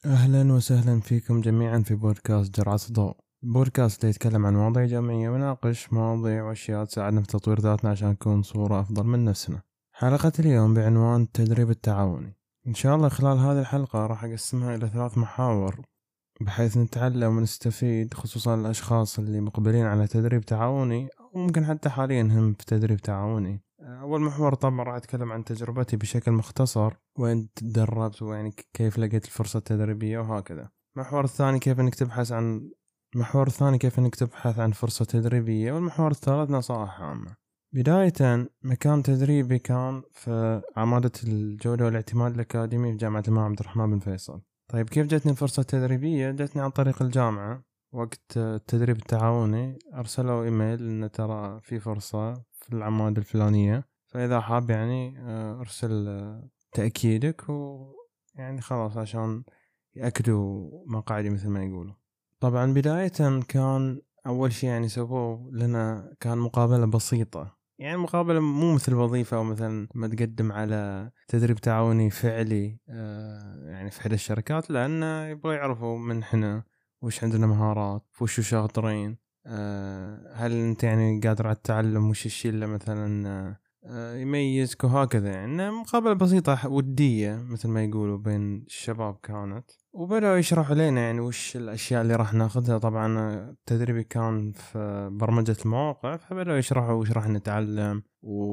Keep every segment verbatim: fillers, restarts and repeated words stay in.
أهلا وسهلا فيكم جميعا في بودكاست جرعة ضوء. البودكاست اللي يتكلم عن مواضيع جامعية وناقش مواضيع وأشياء تساعدنا في تطوير ذاتنا عشان نكون صورة أفضل من نفسنا. حلقة اليوم بعنوان التدريب التعاوني. إن شاء الله خلال هذه الحلقة راح أقسمها إلى ثلاث محاور بحيث نتعلم ونستفيد، خصوصا الأشخاص اللي مقبلين على تدريب تعاوني أو ممكن حتى حاليا هم في تدريب تعاوني. أول محور طبعا راح أتكلم عن تجربتي بشكل مختصر، وين تدربت ويعني كيف لقيت الفرصة التدريبية وهكذا. المحور الثاني كيف إنك تبحث عن المحور الثاني كيف إنك تبحث عن فرصة تدريبية، والمحور الثالث نصائح عامة. بداية، مكان تدريبي كان في عمادة الجودة والاعتماد الأكاديمي في جامعة الإمام عبد الرحمن بن فيصل. طيب كيف جتني الفرصة التدريبية؟ جتني عن طريق الجامعة. وقت التدريب التعاوني أرسلوا إيميل إن ترى في فرصة في العمادة الفلانية، فإذا حاب يعني أرسل تأكيدك، ويعني خلاص عشان يأكدوا مقاعدي مثل ما يقولوا. طبعا بداية كان أول شيء يعني سووه لنا كان مقابلة بسيطة، يعني مقابلة مو مثل وظيفة أو مثلا ما تقدم على تدريب تعاوني فعلي يعني في إحدى الشركات، لأن يبغوا يعرفوا من حنا وش عندنا مهارات، وش شاطرين، هل أنت يعني قادر على التعلم، وش الشيء اللي مثلا يميزك وهكذا. يعني مقابلة بسيطة ودية مثل ما يقولوا بين الشباب كانت، وبدأوا يشرحوا لنا يعني وش الأشياء اللي راح ناخذها. طبعا التدريب كان في برمجة المواقع، فبدأوا يشرحوا وش راح نتعلم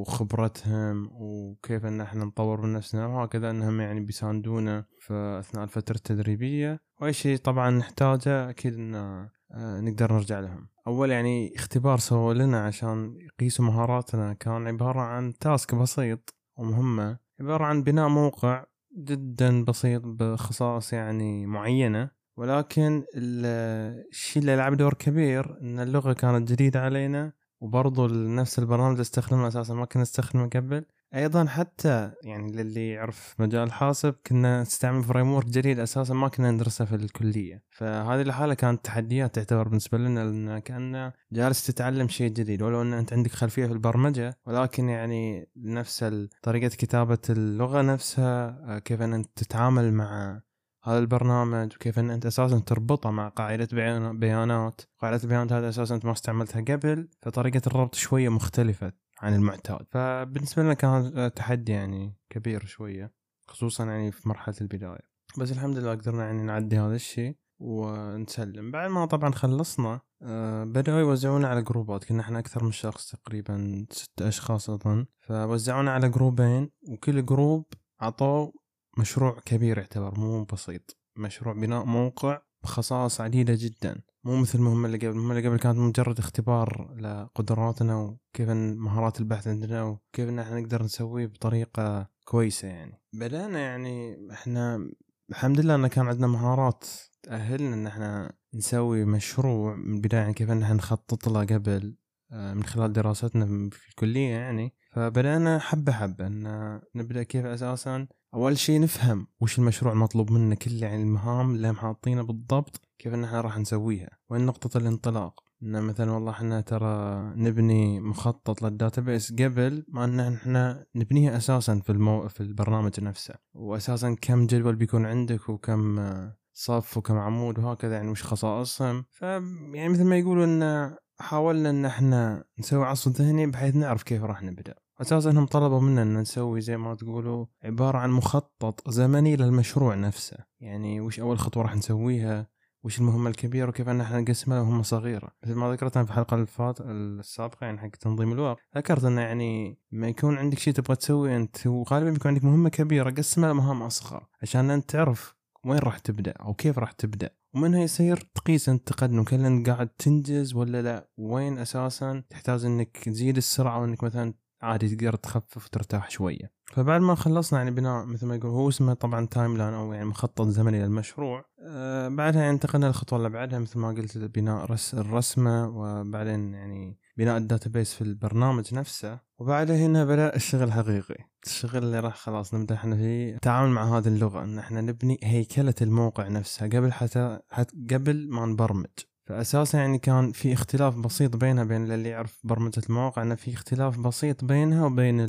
وخبرتهم وكيف ان احنا نطور من نفسنا وهكذا، انهم يعني بيساندونا في اثناء الفترة التدريبية. واي شيء طبعا نحتاجه اكيد ان نقدر نرجع لهم. اول يعني اختبار سووا لنا عشان يقيسوا مهاراتنا، كان عبارة عن تاسك بسيط ومهمة، عبارة عن بناء موقع جدا بسيط بخصائص يعني معينة، ولكن الشيء اللي لعب دور كبير ان اللغة كانت جديدة علينا، وبرضو نفس البرنامج اللي استخدمه اساسا ما كنا نستخدمه قبل. ايضا حتى يعني للي يعرف مجال الحاسب كنا نستعمل فريم ورك جديد اساسا ما كنا ندرسه في الكلية، فهذه الحالة كانت تحديات تعتبر بالنسبة لنا، لان كأنه جالس تتعلم شيء جديد، ولو ان انت عندك خلفية في البرمجة، ولكن يعني نفس طريقة كتابة اللغة نفسها، كيف ان انت تتعامل مع هذا البرنامج، وكيف ان انت اساسا تربطه مع قاعدة بيانات. قاعدة البيانات هذا اساسا انت ما استعملتها قبل، فطريقة الربط شوية مختلفة عن المعتاد. فبالنسبة لنا كان تحدي يعني كبير شوية، خصوصا يعني في مرحلة البداية، بس الحمد لله قدرنا يعني نعدي هذا الشيء ونسلم. بعد ما طبعا خلصنا أه بدأوا يوزعونا على جروبات، كنا احنا أكثر من شخص، تقريبا ست أشخاص أظن، فوزعونا على جروبين، وكل جروب عطوا مشروع كبير يعتبر مو بسيط، مشروع بناء موقع بخصائص عديدة جدا، مو مثل المهمة اللي قبل. المهمة اللي قبل كانت مجرد اختبار لقدراتنا وكيف مهارات البحث عندنا وكيف ان احنا نقدر نسويه بطريقة كويسة. يعني بدأنا يعني احنا الحمد لله ان كان عندنا مهارات تأهلنا ان احنا نسوي مشروع من البداية، يعني كيف ان احنا نخطط له قبل من خلال دراستنا في الكلية يعني. فبدأنا حبة حبة ان نبدأ كيف اساسا اول شيء نفهم وش المشروع المطلوب منا، كل يعني المهام اللي محاطينها بالضبط كيف ان احنا راح نسويها، وين نقطة الانطلاق. ان مثلا والله احنا ترى نبني مخطط للداتابيس قبل ما ان احنا نبنيها اساسا في المو... في البرنامج نفسه، واساسا كم جدول بيكون عندك وكم صف وكم عمود وهكذا، يعني وش خصائصهم. ف يعني مثل ما يقولوا ان حاولنا ان احنا نسوي عصف ذهني بحيث نعرف كيف راح نبدأ. اساسا هم طلبوا منا ان نسوي زي ما تقولوا عبارة عن مخطط زمني للمشروع نفسه، يعني وش اول خطوة راح نسويها، وش المهمة الكبيرة، وكيف ان احنا نقسمها لمهمة صغيرة. مثل ما ذكرتها في الحلقة الفات السابقة يعني حق تنظيم الوقت، ذكرت انه يعني ما يكون عندك شيء تبغى تسوي انت، وغالبا بيكون عندك مهمة كبيرة، قسمها لمهام اصغر عشان انت تعرف وين راح تبدأ او كيف راح تبدأ، ومنها يصير تقيس انت تقدم، كل انت قاعد تنجز ولا لا، وين اساسا تحتاج انك تزيد السرعة، وانك مثلا عادي تقدر تخفف وترتاح شوية. فبعد ما خلصنا يعني بناء مثل ما يقول هو اسمه طبعا تايم لاين او يعني مخطط زمني للمشروع، آه بعدها يعني انتقلنا للخطوة اللي بعدها مثل ما قلت بناء رس الرسمة، وبعدين يعني بناء الداتابيس في البرنامج نفسه، وبعدها هنا بدأ الشغل الحقيقي، الشغل اللي راح خلاص نبدأ احنا فيه التعامل مع هذه اللغة، ان احنا نبني هيكلة الموقع نفسها قبل حتى, حتى قبل ما نبرمج. فأساسا يعني كان في اختلاف بسيط بينها بين اللي يعرف برمجة المواقع، أنه في اختلاف بسيط بينها وبين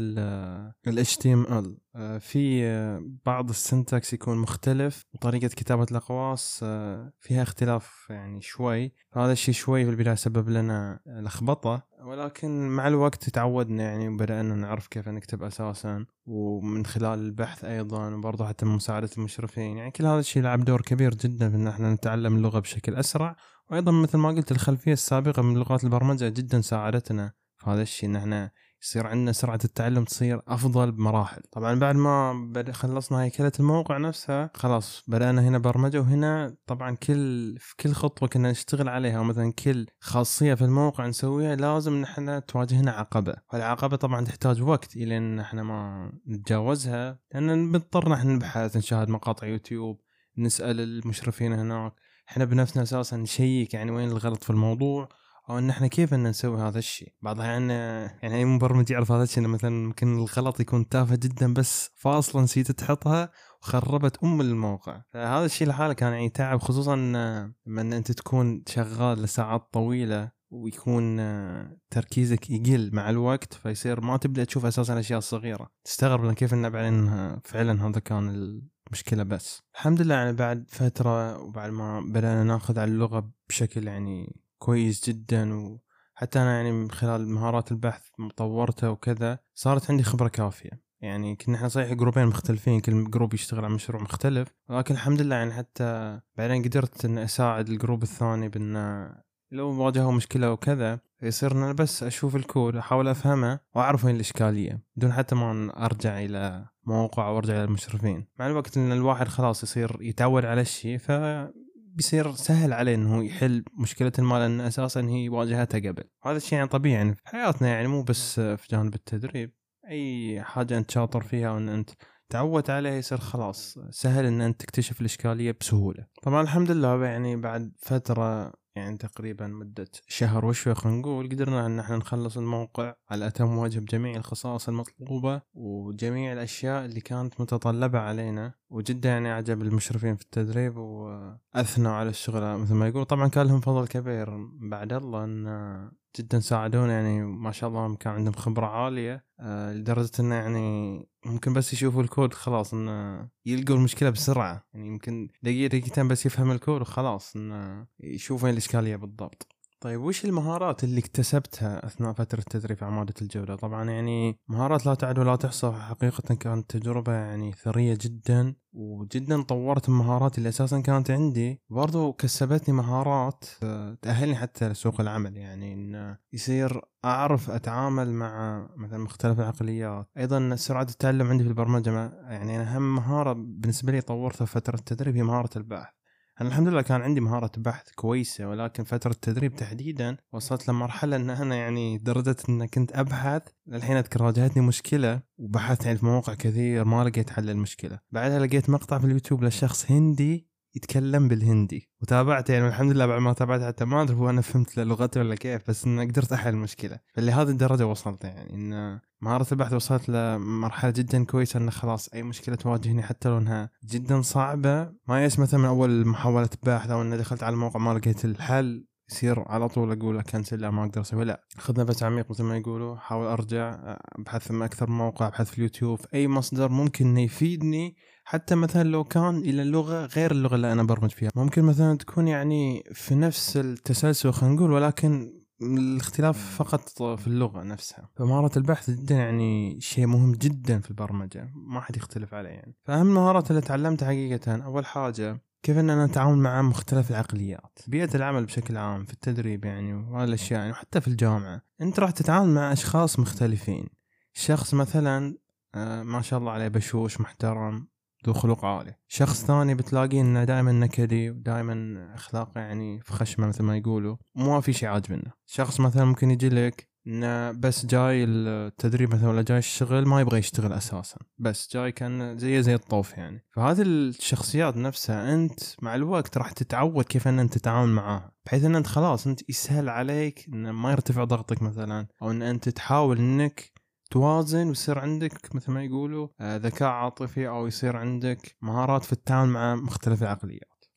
ال إتش تي إم إل. في بعض السنتكس يكون مختلف، وطريقة كتابة الأقواس فيها اختلاف يعني شوي، فهذا الشيء شوي في البداية سبب لنا لخبطة، ولكن مع الوقت تعودنا يعني وبدأنا نعرف كيف نكتب أساسا، ومن خلال البحث أيضا، وبرضه حتى مساعدة المشرفين. يعني كل هذا الشيء لعب دور كبير جدا في أن احنا نتعلم اللغة بشكل أسرع. وأيضا مثل ما قلت الخلفية السابقة من لغات البرمجة جدا ساعدتنا في هذا الشيء، أن احنا يصير عندنا سرعة التعلم تصير أفضل بمراحل. طبعا بعد ما بدأ خلصنا هيكلة الموقع نفسها، خلاص بدأنا هنا برمجة. وهنا طبعا كل في كل خطوة كنا نشتغل عليها، ومثلا كل خاصية في الموقع نسويها لازم نحن تواجهنا عقبة، والعقبة طبعا تحتاج وقت إلى أن احنا ما نتجاوزها، لأن بنضطر نحن نبحث، نشاهد مقاطع يوتيوب، نسأل المشرفين هناك، احنا بنفسنا أساسا نشيك يعني وين الغلط في الموضوع، او ان احنا كيف ان نسوي هذا الشيء. بعضها يعني يعني اي مبرمج يعرف هذا الشيء، مثلا ممكن الغلط يكون تافه جدا بس فاصلا نسيت تحطها وخربت ام الموقع. فهذا الشيء لحاله كان يعني تعب، خصوصا لما انت تكون شغال لساعات طويله ويكون تركيزك يقل مع الوقت، فيصير ما تبدأ تشوف اساسا الاشياء الصغيره، تستغرب كيف ان بعدين فعلا هذا كان المشكله. بس الحمد لله يعني بعد فتره، وبعد ما بدأنا ناخذ على اللغه بشكل يعني كويس جدا، وحتى أنا يعني من خلال مهارات البحث مطورتها وكذا، صارت عندي خبرة كافية. يعني كنا احنا صحيح جروبين مختلفين، كل جروب يشتغل على مشروع مختلف، ولكن الحمد لله يعني حتى بعدين قدرت أن أساعد الجروب الثاني بأن لو واجهوا مشكلة وكذا، يصير أنا بس أشوف الكود أحاول أفهمه وأعرف وين الإشكالية، بدون حتى ما أرجع إلى موقع أو أرجع إلى المشرفين. مع الوقت أن الواحد خلاص يصير يتعود على الشيء، ف بيصير سهل عليه انه يحل مشكلة المال، لان اساسا هي واجهتها قبل. هذا الشيء يعني طبيعي يعني في حياتنا، يعني مو بس في جانب التدريب، اي حاجة انت شاطر فيها وان انت تعودت عليها يصير خلاص سهل ان انت تكتشف الاشكالية بسهولة. طبعا الحمد لله يعني بعد فترة يعني تقريبا مدة شهر وشوي خلينا نقول، قدرنا ان احنا نخلص الموقع على اتم وجه بجميع الخصائص المطلوبة وجميع الاشياء اللي كانت متطلبة علينا، وجدا يعني عجب المشرفين في التدريب واثنوا على الشغل مثل ما يقول. طبعا كان لهم فضل كبير بعد الله، ان جدا ساعدونا، يعني ما شاء الله كان عندهم خبرة عالية أه لدرجة انه يعني ممكن بس يشوفوا الكود خلاص انه يلقوا المشكلة بسرعة، يعني يمكن دقيقة دقيقتين بس يفهم الكود وخلاص انه يشوفوا الاشكالية بالضبط. طيب وش المهارات اللي اكتسبتها أثناء فترة التدريب في عمادة الجودة؟ طبعا يعني مهارات لا تعد ولا تحصى، حقيقة كانت تجربة يعني ثرية جدا، وجدا طورت المهارات اللي أساسا كانت عندي، برضو كسبتني مهارات تأهلني حتى لسوق العمل، يعني إن يصير أعرف أتعامل مع مثلا مختلف العقليات. أيضا سرعة التعلم عندي في البرمجة، يعني أهم مهارة بالنسبة لي طورتها في فترة التدريب هي مهارة البحث. أنا الحمد لله كان عندي مهارة بحث كويسة، ولكن فترة التدريب تحديدا وصلت لمرحلة أن أنا يعني درجة أن كنت أبحث للحين أذكر واجهتني مشكلة وبحثت يعني في مواقع كثير ما لقيت حل المشكلة. بعدها لقيت مقطع في اليوتيوب لشخص هندي يتكلم بالهندي وتابعته، يعني الحمد لله بعد ما تابعته حتى ما أدري هو أنا فهمت لغته ولا كيف، بس إن قدرت أحل المشكلة. فلهذه الدرجة وصلت، يعني إن مهارة البحث وصلت لمرحلة جدا كويسة، إن خلاص أي مشكلة تواجهني حتى لو إنها جدا صعبة ما يس مثلا من أول محاولة بحث أو إن دخلت على الموقع ما لقيت الحل يصير على طول أقول كنسل، لا ما أقدر أسوي، لا خذ نفس عميق مثل ما يقولوا، حاول أرجع أبحث من أكثر موقع، أبحث في اليوتيوب في أي مصدر ممكن إنه يفيدني، حتى مثلا لو كان إلى اللغة غير اللغة اللي أنا برمج فيها، ممكن مثلا تكون يعني في نفس التسلسل خلينا نقول ولكن الاختلاف فقط في اللغة نفسها. فمهارة البحث جدا يعني شيء مهم جدا في البرمجة ما حد يختلف عليه يعني. فأهم المهارات اللي تعلمتها حقيقة أول حاجة كيف أن أنا أتعامل مع مختلف العقليات. بيئة العمل بشكل عام في التدريب يعني وهالأشياء يعني، وحتى في الجامعة أنت راح تتعامل مع أشخاص مختلفين. شخص مثلا آه ما شاء الله عليه بشوش محترم ذو خلق عالي، شخص ثاني بتلاقيه انه دائما نكدي ودائما اخلاقه يعني في خشمه مثل ما يقولوا، مو في شيء عاجبنا. شخص مثلا ممكن يجي لك انه بس جاي التدريب مثلا ولا جاي الشغل ما يبغى يشتغل اساسا، بس جاي كان زي زي الطوف يعني. فهذه الشخصيات نفسها انت مع الوقت راح تتعود كيف ان انت تتعامل معاها، بحيث ان انت خلاص انت يسهل عليك ان ما يرتفع ضغطك مثلا، او ان انت تحاول انك توازن ويصير عندك مثل ما يقولوا ذكاء عاطفي، أو يصير عندك مهارات في التعامل مع مختلف العقليات.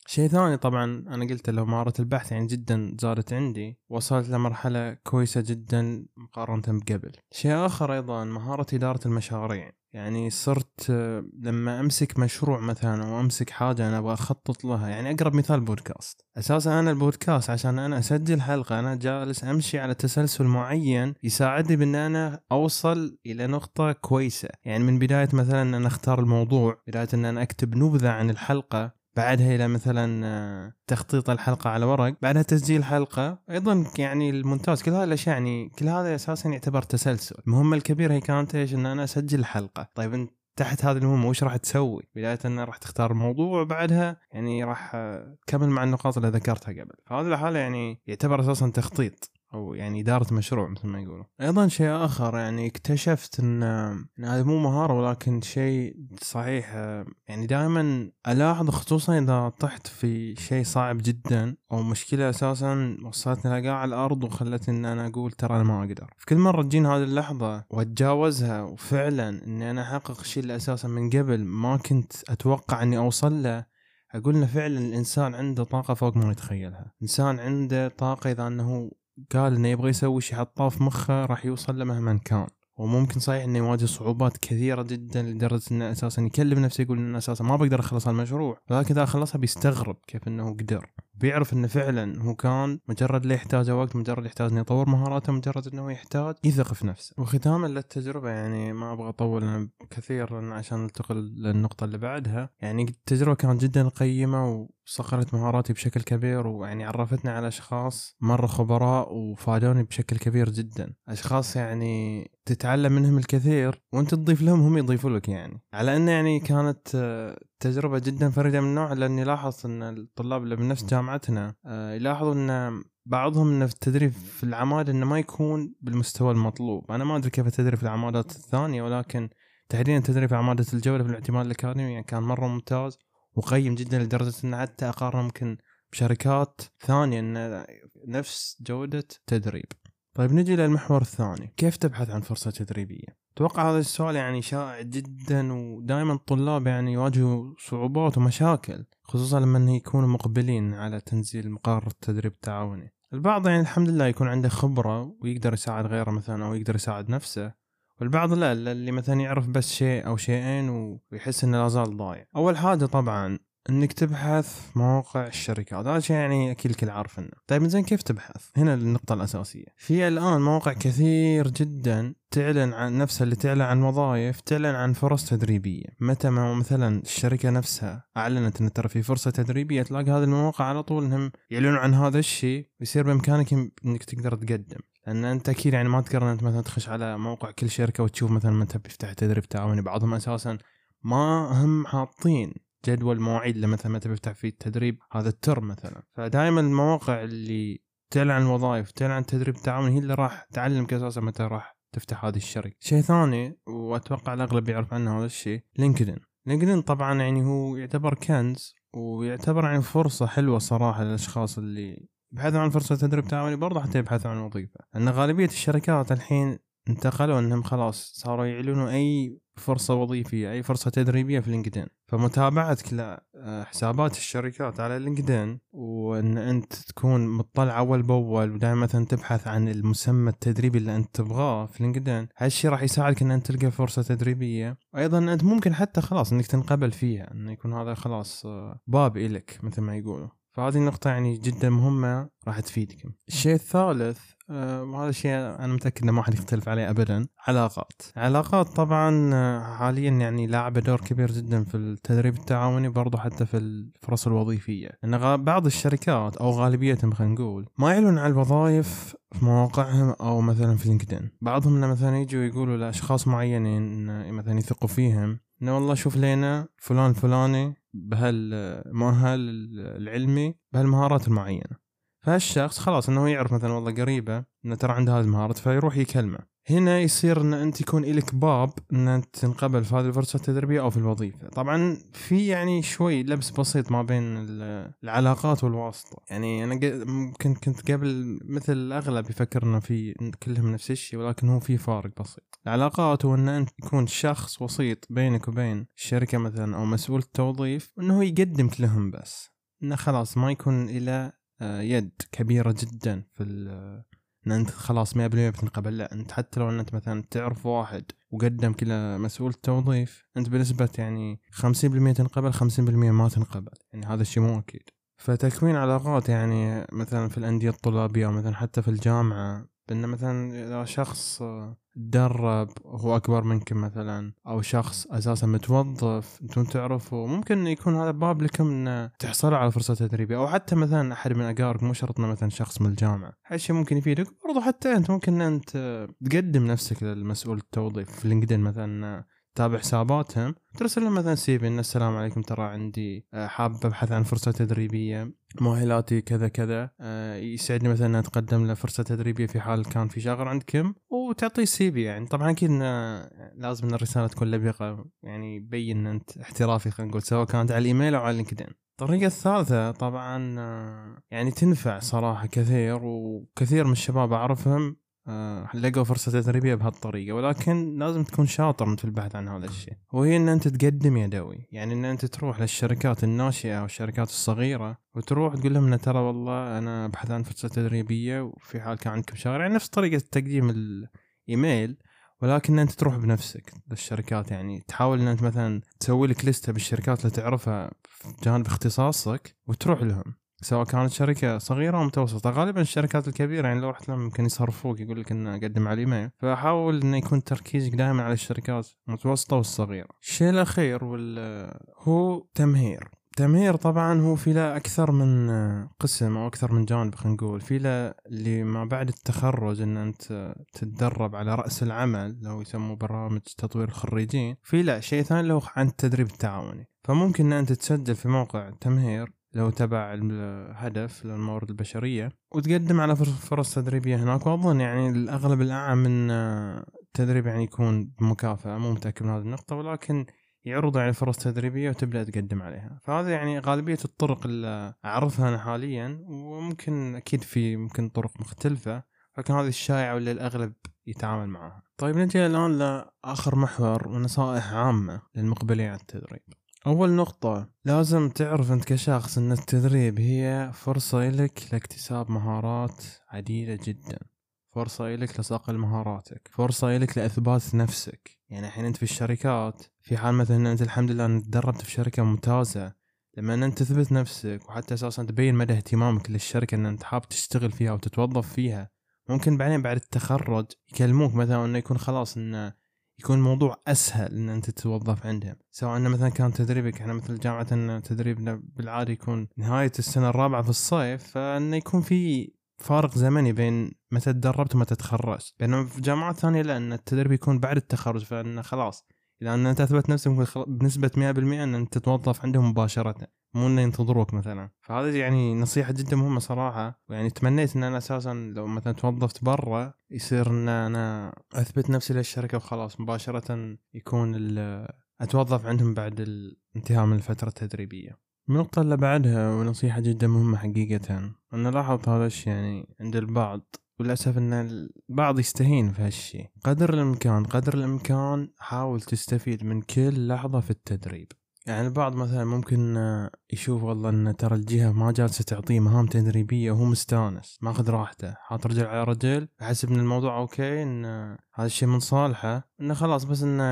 شيء ثاني طبعا أنا قلت له مهارة البحث يعني جدا زادت عندي، وصلت لمرحلة كويسة جدا مقارنة بقبل. شيء آخر أيضا مهارة إدارة المشاريع، يعني صرت لما أمسك مشروع مثلا أو أمسك حاجة أنا أبغى أخطط لها. يعني أقرب مثال بودكاست، أساسا أنا البودكاست عشان أنا أسجل حلقة أنا جالس أمشي على تسلسل معين يساعدني بأن أنا أوصل إلى نقطة كويسة. يعني من بداية مثلا أن أنا أختار الموضوع، بداية أن أنا أكتب نبذة عن الحلقة، بعدها إلى مثلا تخطيط الحلقة على ورق، بعدها تسجيل حلقة أيضا يعني المونتاج. كل هذا الأشياء يعني كل هذا أساسا يعتبر تسلسل. المهمة الكبيرة هي كانت إيش؟ إن أنا أسجل الحلقة. طيب أنت تحت هذه المهمة وش راح تسوي؟ بداية أن راح تختار الموضوع، وبعدها يعني راح تكمل مع النقاط اللي ذكرتها قبل. فهذه الحالة يعني يعتبر أساسا تخطيط أو يعني إدارة مشروع مثل ما يقولوا. أيضا شيء آخر يعني اكتشفت إن هذا مو مهارة ولكن شيء صحيح، يعني دائما ألاحظ خصوصا إذا طحت في شيء صعب جدا أو مشكلة أساسا وصلتني لقاع الأرض وخلتني إن أنا أقول ترى أنا ما أقدر. في كل مرة تجين هذه اللحظة وأتجاوزها وفعلا إني أنا أحقق الشيء اللي أساسا من قبل ما كنت أتوقع إني أوصل له، أقول إن فعلا الإنسان عنده طاقة فوق ما يتخيلها. إنسان عنده طاقة إذا أنه قال إنه يبغى يسوي شيء حطاه في مخه راح يوصل له مهما كان. وممكن صحيح إنه يواجه صعوبات كثيرة جدا لدرجة إنه أساسا يكلم نفسه يقول إنه أساسا ما بقدر أخلص المشروع، ولكن إذا خلصها بيستغرب كيف إنه قدر. بيعرف إنه فعلا هو كان مجرد اللي يحتاج وقت، مجرد يحتاج إنه يطور مهاراته، مجرد إنه يحتاج يثق في نفسه. وختاما للتجربة يعني ما أبغى أطول كثير عشان ننتقل للنقطة اللي بعدها. يعني التجربة كانت جدا قيمة وصقلت مهاراتي بشكل كبير، ويعني عرفتني على أشخاص مرة خبراء وفادوني بشكل كبير جدا. أشخاص يعني تتعلم منهم الكثير وأنت تضيف لهم هم يضيفوا لك، يعني على أن يعني كانت تجربة جدا فريدة من نوع. لأني لاحظت أن الطلاب اللي بنفس جامعتنا يلاحظوا أن بعضهم أن في التدريب في العماد أنه ما يكون بالمستوى المطلوب. أنا ما أدري كيف التدريب في العمادات الثانية، ولكن تحديدا التدريب في عمادة الجولة في الاعتماد الأكاديمي يعني كان مرة ممتاز وقيم جدا، لدرجة أن حتى أقارن ممكن بشركات ثانية أن نفس جودة تدريب. طيب نجي للمحور الثاني، كيف تبحث عن فرصة تدريبية؟ أتوقع هذا السؤال يعني شائع جدا، ودائما الطلاب يعني يواجهوا صعوبات ومشاكل خصوصا لما يكونوا مقبلين على تنزيل مقرر التدريب التعاوني. البعض يعني الحمد لله يكون عنده خبرة ويقدر يساعد غيره مثلا أو يقدر يساعد نفسه، والبعض لا، اللي مثلا يعرف بس شيء أو شيئين ويحس إنه لازال ضايع. أول حاجة طبعا انك تبحث مواقع الشركات، هذا شيء يعني اكيد الكل عارفينه. طيب زين كيف تبحث؟ هنا النقطة الأساسية. في الآن مواقع كثير جدا تعلن عن نفسها، اللي تعلن عن وظائف، تعلن عن فرص تدريبية. متى ما مثلا الشركة نفسها أعلنت أن ترى في فرصة تدريبية، تلاقي هذه المواقع على طول أنهم يعلنوا عن هذا الشيء، ويصير بإمكانك أنك تقدر تقدم. لأن أنت أكيد يعني ما تقدر أنت مثلا تخش على موقع كل شركة وتشوف مثلا من تبي يفتح تدريب تعاوني. بعضهم أساسا ما هم حاطين جدول مواعيد لمثلا متى بيفتح فيه التدريب هذا الترم مثلا. فدائما المواقع اللي تعلن عن الوظائف تعلن عن تدريب تعاوني هي اللي راح تعلمك أساسا متى راح تفتح هذه الشركة. شيء ثاني وأتوقع الأغلب يعرف عنه هذا الشيء، لينكدين. لينكدين طبعا يعني هو يعتبر كنز، ويعتبر يعني فرصة حلوة صراحة للأشخاص اللي يبحثوا عن فرصة تدريب تعاوني، برضه حتى يبحثوا عن وظيفة. لأن غالبية الشركات الحين انتقلوا انهم خلاص صاروا يعلنوا اي فرصة وظيفية، اي فرصة تدريبية في لينكدين. فمتابعتك لحسابات الشركات على لينكدين، وان انت تكون مطلع اول باول ودائما مثلا تبحث عن المسمى التدريبي اللي انت تبغاه في لينكدين، هالشيء راح يساعدك ان انت تلقى فرصة تدريبية. وايضا انت ممكن حتى خلاص انك تنقبل فيها، انه يكون هذا خلاص باب الك مثل ما يقولوا. فهذه النقطة يعني جدا مهمة راح تفيدك. الشيء الثالث وهذا الشيء أنا متأكد إنه ما حد يختلف عليه أبدا، علاقات. علاقات طبعا حاليا يعني لاعبة دور كبير جدا في التدريب التعاوني، برضو حتى في الفرص الوظيفية. إن بعض الشركات أو غالبيتهم خلينا نقول ما يعلنون عن الوظائف في مواقعهم أو مثلا في لينكدين. بعضهم مثلا يجوا يقولوا لأشخاص معينين مثلا يثقوا فيهم إنه والله شوف لنا فلان فلاني بهالمؤهل العلمي بهالمهارات المعينة. فهالشخص خلاص انه يعرف مثلا والله قريبة انه ترى عنده هذه المهارات، فيروح يكلمه. هنا يصير ان انت يكون إلك باب ان انت تنقبل في هذه الفرصة التدريبية او في الوظيفة. طبعا في يعني شوي لبس بسيط ما بين العلاقات والواسطة. يعني انا ممكن كنت قبل مثل الاغلب يفكر انه في كلهم نفس الشيء، ولكن هو في فارق بسيط. العلاقات هو ان انت يكون شخص وسيط بينك وبين الشركة مثلا او مسؤول التوظيف، انه يقدمك لهم بس. إنه خلاص ما يكون إلى يد كبيرة جدا في ان انت خلاص مية بالمية بتنقبل. لا، انت حتى لو انت مثلا تعرف واحد وقدم كله مسؤول توظيف، انت بنسبة يعني خمسين بالمية تنقبل، خمسين بالمية ما تنقبل، يعني هذا الشيء مو اكيد. فتكوين علاقات يعني مثلا في الأندية الطلابية او مثلا حتى في الجامعة، بأن مثلا إذا شخص تدرب هو أكبر منكم مثلا، أو شخص أساسا متوظف أنتم تعرفوا، ممكن يكون هذا باب لكم أن تحصلوا على فرصة تدريبية. أو حتى مثلا أحد من أقارب، مو شرطنا مثلا شخص من الجامعة، هالشيء ممكن يفيدك برضو. حتى أنت ممكن أنت تقدم نفسك للمسؤول التوظيف في لينكدين مثلا، تابع حساباتهم، ترسل لهم مثلا سي في إن السلام عليكم، ترى عندي حابب أبحث عن فرصة تدريبية، مؤهلاتي كذا كذا، يسعدني مثلا أن أتقدم لفرصة تدريبية في حال كان في شغل عندكم، وتعطي سي في. يعني طبعا أكيد لازم أن الرسالة تكون لبقة، يعني يبين أن أنت احترافي، خلينا نقول، سواء كانت على الإيميل أو على لينكدين. الطريقة الثالثة طبعا يعني تنفع صراحة كثير، وكثير من الشباب أعرفهم آه لقوا فرصة تدريبية بهالطريقة، ولكن لازم تكون شاطر انت في البحث عن هذا الشيء. وهي ان انت تقدم يدوي، يعني ان انت تروح للشركات الناشئة او الشركات الصغيرة، وتروح تقول لهم ترى والله انا بحث عن فرصة تدريبية، وفي حال كان عندكم شغل، يعني نفس طريقة تقديم الايميل، ولكن انت تروح بنفسك للشركات. يعني تحاول ان انت مثلا تسوي لك لستة بالشركات اللي تعرفها في جانب اختصاصك، وتروح لهم، سواء كانت شركة صغيرة أو متوسطة. غالبا الشركات الكبيرة يعني لو رحت لهم يمكن يصرفوك، يقول لك إن أقدم على الإيميل. فحاول إنه يكون تركيزك دائما على الشركات المتوسطة والصغيرة. الشيء الأخير وال هو تمهير. تمهير طبعا هو في له أكثر من قسم أو أكثر من جانب، خلينا نقول. في له اللي ما بعد التخرج، إن أنت تتدرب على رأس العمل، لو يسموه برامج تطوير الخريجين. في له شيء ثاني اللي هو عن التدريب التعاوني. فممكن إن أنت تسجل في موقع تمهير لو تبع الهدف للموارد البشرية، وتقدم على فرص تدريبية هناك. وأظن يعني الأغلب الأعم من التدريب يعني يكون بمكافأة، مو متأكد من هذه النقطة، ولكن يعرض يعني فرص تدريبية وتبدأ تقدم عليها. فهذا يعني غالبية الطرق اللي أعرفها أنا حاليا، وممكن أكيد في ممكن طرق مختلفة، لكن هذه الشائعة واللي الأغلب يتعامل معها. طيب نجي الآن لآخر محور، ونصائح عامة للمقبلين على التدريب. أول نقطة، لازم تعرف أنت كشخص أن التدريب هي فرصة لك لاكتساب مهارات عديدة جدا، فرصة لك لصقل مهاراتك، فرصة لك لإثبات نفسك. يعني الحين أنت في الشركات، في حال مثلا أنت الحمد لله أنت تدربت في شركة ممتازة، لما أنت تثبت نفسك وحتى أساسا تبين مدى اهتمامك للشركة أن أنت حاب تشتغل فيها وتتوظف فيها، ممكن بعدين بعد التخرج يكلموك مثلا أنه يكون خلاص أنه يكون الموضوع أسهل إن أنت تتوظف عندهم. سواء أنه مثلا كان تدريبك، إحنا مثل جامعتنا تدريبنا بالعادة يكون نهاية السنة الرابعة في الصيف، فإنه يكون في فارق زمني بين متى تدربت ومتى تخرجت. بينما في جامعات ثانية لأن التدريب يكون بعد التخرج، فإنه خلاص إذا أنت تثبت نفسك بنسبة مئة بالمئة أن أنت تتوظف عندهم مباشرة، مو إنه ينتظروك مثلا. فهذا يعني نصيحة جدا مهمة صراحة. ويعني تمنيت إن أنا أساسا لو مثلا توظفت برا يصير إن أنا أثبت نفسي للشركة وخلاص مباشرة يكون أتوظف عندهم بعد الانتهاء من الفترة التدريبية. النقطة اللي بعدها ونصيحة جدا مهمة حقيقة، أنا لاحظت هذا الشيء يعني عند البعض، وللأسف أن البعض يستهين في هالشيء. قدر الإمكان قدر الإمكان حاول تستفيد من كل لحظة في التدريب. يعني البعض مثلا ممكن يشوف والله أن ترى الجهة ما جالسة تعطيه مهام تدريبية وهو مستانس ماخذ راحته، حاط رجل على رجل، يحسب ان الموضوع اوكي، ان هذا الشيء من صالحه، انه خلاص بس انه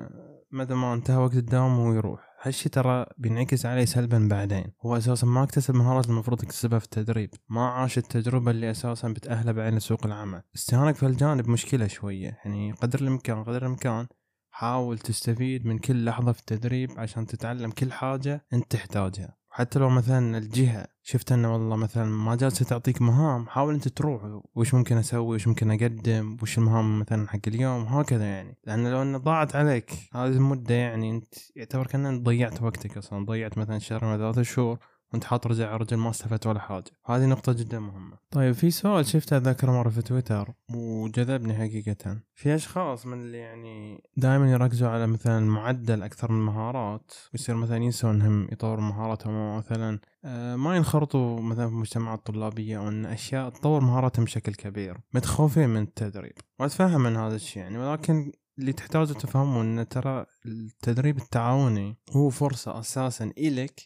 متى ما انتهى وقت الدوام هو يروح. هالشيء ترى بينعكس عليه سلبا بعدين. هو اساسا ما اكتسب مهارات المفروض يكتسبها في التدريب، ما عاش التجربة اللي اساسا بتأهله بعدين لسوق العمل. استهانك في الجانب مشكلة شوية. يعني قدر الامكان قدر الامكان حاول تستفيد من كل لحظة في التدريب عشان تتعلم كل حاجة انت تحتاجها. حتى لو مثلا الجهة شفت انه والله مثلا ما جالسة تعطيك مهام، حاول انت تروح وش ممكن اسوي، وش ممكن اقدم، وش المهام مثلا حق اليوم، وهكذا. يعني لان لو انه ضاعت عليك هذه المدة، يعني انت يعتبر كأنك ضيعت وقتك اصلا، ضيعت مثلا شهر ولا ثلاثة شهور وانت حاط رجع على رجل ما استفدت ولا حاجة. هذه نقطة جدا مهمة. طيب في سؤال شفته ذكر مرة في تويتر وجذبني حقيقة. في اشخاص من اللي يعني دائما يركزوا على مثلا معدل اكثر من مهارات، ويصير مثلا ينسوا انهم يطوروا مهاراتهم، مثلا ما ينخرطوا مثلا في مجتمعات طلابية، او ان اشياء تطور مهاراتهم بشكل كبير، متخوفين من التدريب. واتفهم من هذا الشيء يعني، ولكن اللي تحتاجوا تفهموا ان ترى التدريب التعاوني هو فرصة اساسا إلك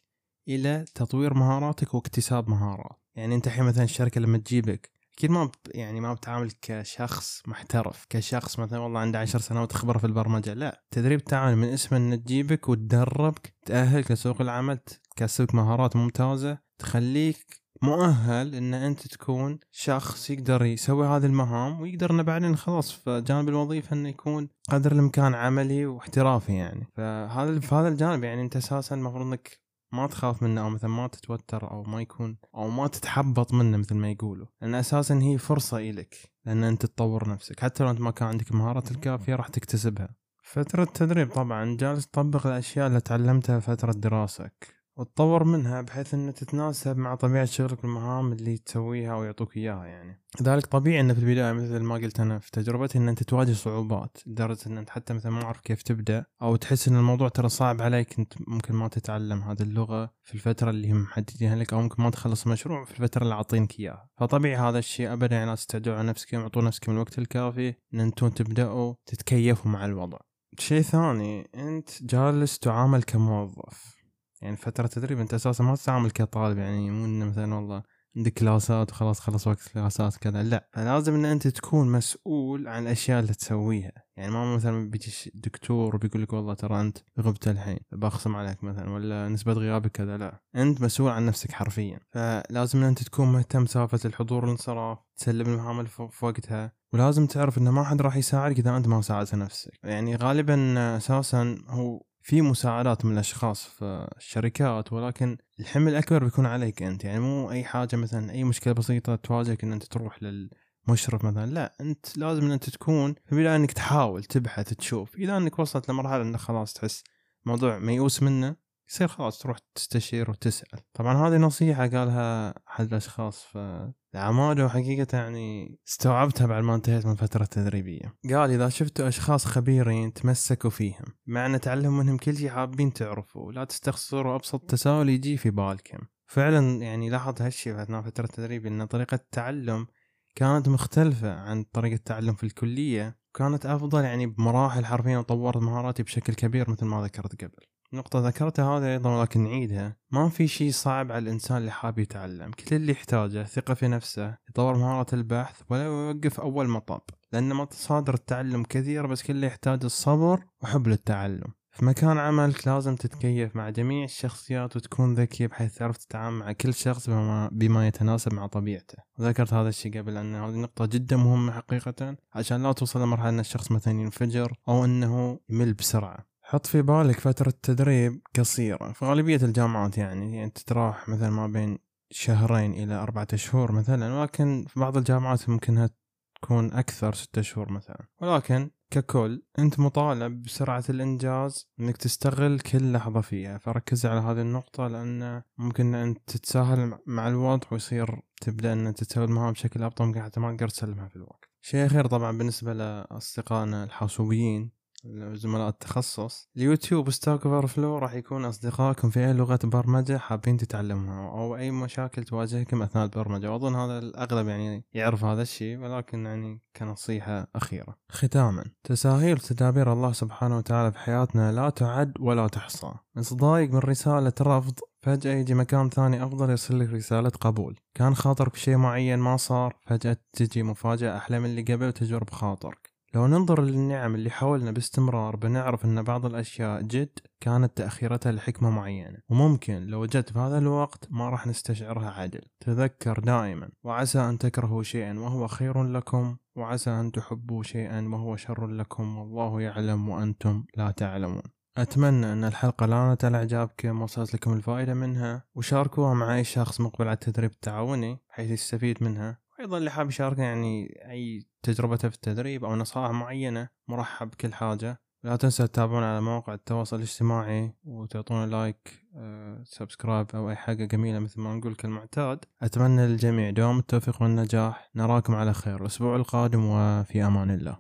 إلى تطوير مهاراتك واكتساب مهارات. يعني أنت حين مثلا الشركة لما تجيبك أكيد ما يعني ما بتعامل كشخص محترف، كشخص مثلا والله عنده عشر سنوات خبرة في البرمجة، لا، تدريب تعامل من اسمه إن تجيبك وتدربك، تأهلك لسوق العمل، تكسبك مهارات ممتازة تخليك مؤهل إن أنت تكون شخص يقدر يسوي هذه المهام، ويقدر إنه بعدين خلاص في جانب الوظيفة إنه يكون قدر الإمكان عملي واحترافي يعني. فهذا في هذا الجانب يعني أنت أساسا المفروض إنك ما تخاف منه، أو مثلا ما تتوتر، أو ما يكون أو ما تتحبط منه مثل ما يقولوا، لأن أساسا هي فرصة إلك لأن أنت تطور نفسك. حتى لو أنت ما كان عندك المهارات الكافية راح تكتسبها. فترة تدريب طبعا جالس تطبق الأشياء اللي تعلمتها فترة دراسك وتطور منها بحيث أن تتناسب مع طبيعة شغلك والمهام اللي تسويها ويعطوك إياها يعني. ذلك طبيعي أن في البداية مثل ما قلت أنا في تجربتي أن أنت تواجه صعوبات لدرجة أن أنت حتى مثلا ما عارف كيف تبدأ، أو تحس أن الموضوع ترى صعب عليك، أنت ممكن ما تتعلم هذه اللغة في الفترة اللي هم محددينها لك، أو ممكن ما تخلص مشروع في الفترة اللي عاطينك إياها. فطبيعي هذا الشيء أبدا يعني لا تستعجلوا على نفسكم، اعطوا نفسكم الوقت الكافي أن أنتم تبدأوا تتكيفوا مع الوضع. شيء ثاني، أنت جالس تعامل كموظف، يعني فترة تدريب أنت أساسا ما تتعامل كطالب، يعني مو إنه مثلا والله عندك كلاسات وخلاص خلص وقت كلاسات كذا، لا، فلازم إن أنت تكون مسؤول عن الأشياء اللي تسويها. يعني ما مثلا بيجي دكتور وبيقول لك والله ترى أنت غبت الحين بخصم عليك مثلا، ولا نسبة غيابك كذا، لا، أنت مسؤول عن نفسك حرفيا. فلازم إن أنت تكون مهتم سالفة الحضور والانصراف، تسلم المهام في وقتها، ولازم تعرف إن ما حد راح يساعدك إذا أنت ما ساعدت نفسك. يعني غالبا أساسا هو في مساعدات من الأشخاص في الشركات، ولكن الحمل الأكبر بيكون عليك أنت. يعني مو أي حاجة مثلا أي مشكلة بسيطة تواجهك إن أنت تروح للمشرف مثلا، لا، أنت لازم إن أنت تكون في البداية إنك تحاول تبحث تشوف. إذا إنك وصلت لمرحلة إنك خلاص تحس موضوع ميؤوس منه، يصير خلاص تروح تستشير وتسأل. طبعا هذه نصيحة قالها أحد الأشخاص في العمادة، وحقيقة يعني استوعبتها بعد ما انتهيت من فترة تدريبية. قال إذا شفتوا أشخاص خبيرين تمسكوا فيهم، مع أن تعلموا منهم كل شيء حابين تعرفوا، لا تستخسروا أبسط تساؤل يجي في بالكم. فعلا يعني لاحظت هالشيء أثناء فترة التدريب، أن طريقة التعلم كانت مختلفة عن طريقة التعلم في الكلية، كانت أفضل يعني بمراحل حرفيا، وطورت مهاراتي بشكل كبير مثل ما ذكرت قبل. نقطة ذكرتها هذا أيضا ولكن نعيدها، ما في شيء صعب على الإنسان اللي حاب يتعلم. كل اللي يحتاجه ثقة في نفسه، يطور مهارات البحث، ولا يوقف أول مطب، لأن مصادر التعلم كثير، بس كل اللي يحتاج الصبر وحب للتعلم. في مكان عملك لازم تتكيف مع جميع الشخصيات وتكون ذكي بحيث تعرف تتعامل مع كل شخص بما, بما يتناسب مع طبيعته. وذكرت هذا الشيء قبل أن هذه نقطة جدا مهمة حقيقة، عشان لا توصل لمرحلة أن الشخص مثلا ينفجر أو أنه يمل بسرعة. حط في بالك فترة تدريب قصيرة في غالبية الجامعات، يعني, يعني تتراوح مثلا ما بين شهرين إلى أربعة شهور مثلا، ولكن في بعض الجامعات ممكنها تكون أكثر، ستة شهور مثلا. ولكن ككل أنت مطالب بسرعة الإنجاز، أنك تستغل كل لحظة فيها. فركز على هذه النقطة، لأن ممكن أن تتساهل مع الوضع ويصير تبدأ أن تسوي المهام بشكل أبطأ، ممكن حتى ما تقدر تسلمها في الوقت. شيء خير طبعا بالنسبة لأصدقائنا الحاسوبيين، زملاء التخصص، اليوتيوب وستاك اوفر فلو راح يكون أصدقائكم في أي لغة برمجة حابين تتعلمها، أو أي مشاكل تواجهكم أثناء البرمجة. وأظن هذا الأغلب يعني يعرف هذا الشيء، ولكن يعني كنصيحة أخيرة. ختاما، تساهيل تدابير الله سبحانه وتعالى في حياتنا لا تعد ولا تحصى. نصدايق من رسالة رفض، فجأة يجي مكان ثاني أفضل يرسل لك رسالة قبول. كان خاطرك بشيء معين ما صار، فجأة تجي مفاجأة أحلى من اللي قبل وتجرب خاطرك. لو ننظر للنعم اللي حولنا باستمرار، بنعرف أن بعض الأشياء جد كانت تأخيرتها لحكمة معينة، وممكن لو جت في هذا الوقت ما راح نستشعرها عدل. تذكر دائما، وعسى أن تكرهوا شيئا وهو خير لكم، وعسى أن تحبوا شيئا وهو شر لكم، والله يعلم وأنتم لا تعلمون. أتمنى أن الحلقة نالت على إعجابكم وصلت لكم الفائدة منها، وشاركوها مع أي شخص مقبل على التدريب التعاوني حيث يستفيد منها. أيضا اللي حاب يشارك يعني أي تجربته في التدريب أو نصائح معينة، مرحب بكل حاجة. لا تنسى تتابعونا على مواقع التواصل الاجتماعي وتعطونا لايك، أه، سبسكرايب أو أي حاجة جميلة مثل ما نقول كالمعتاد. أتمنى للجميع دوام التوفيق والنجاح. نراكم على خير الأسبوع القادم، وفي أمان الله.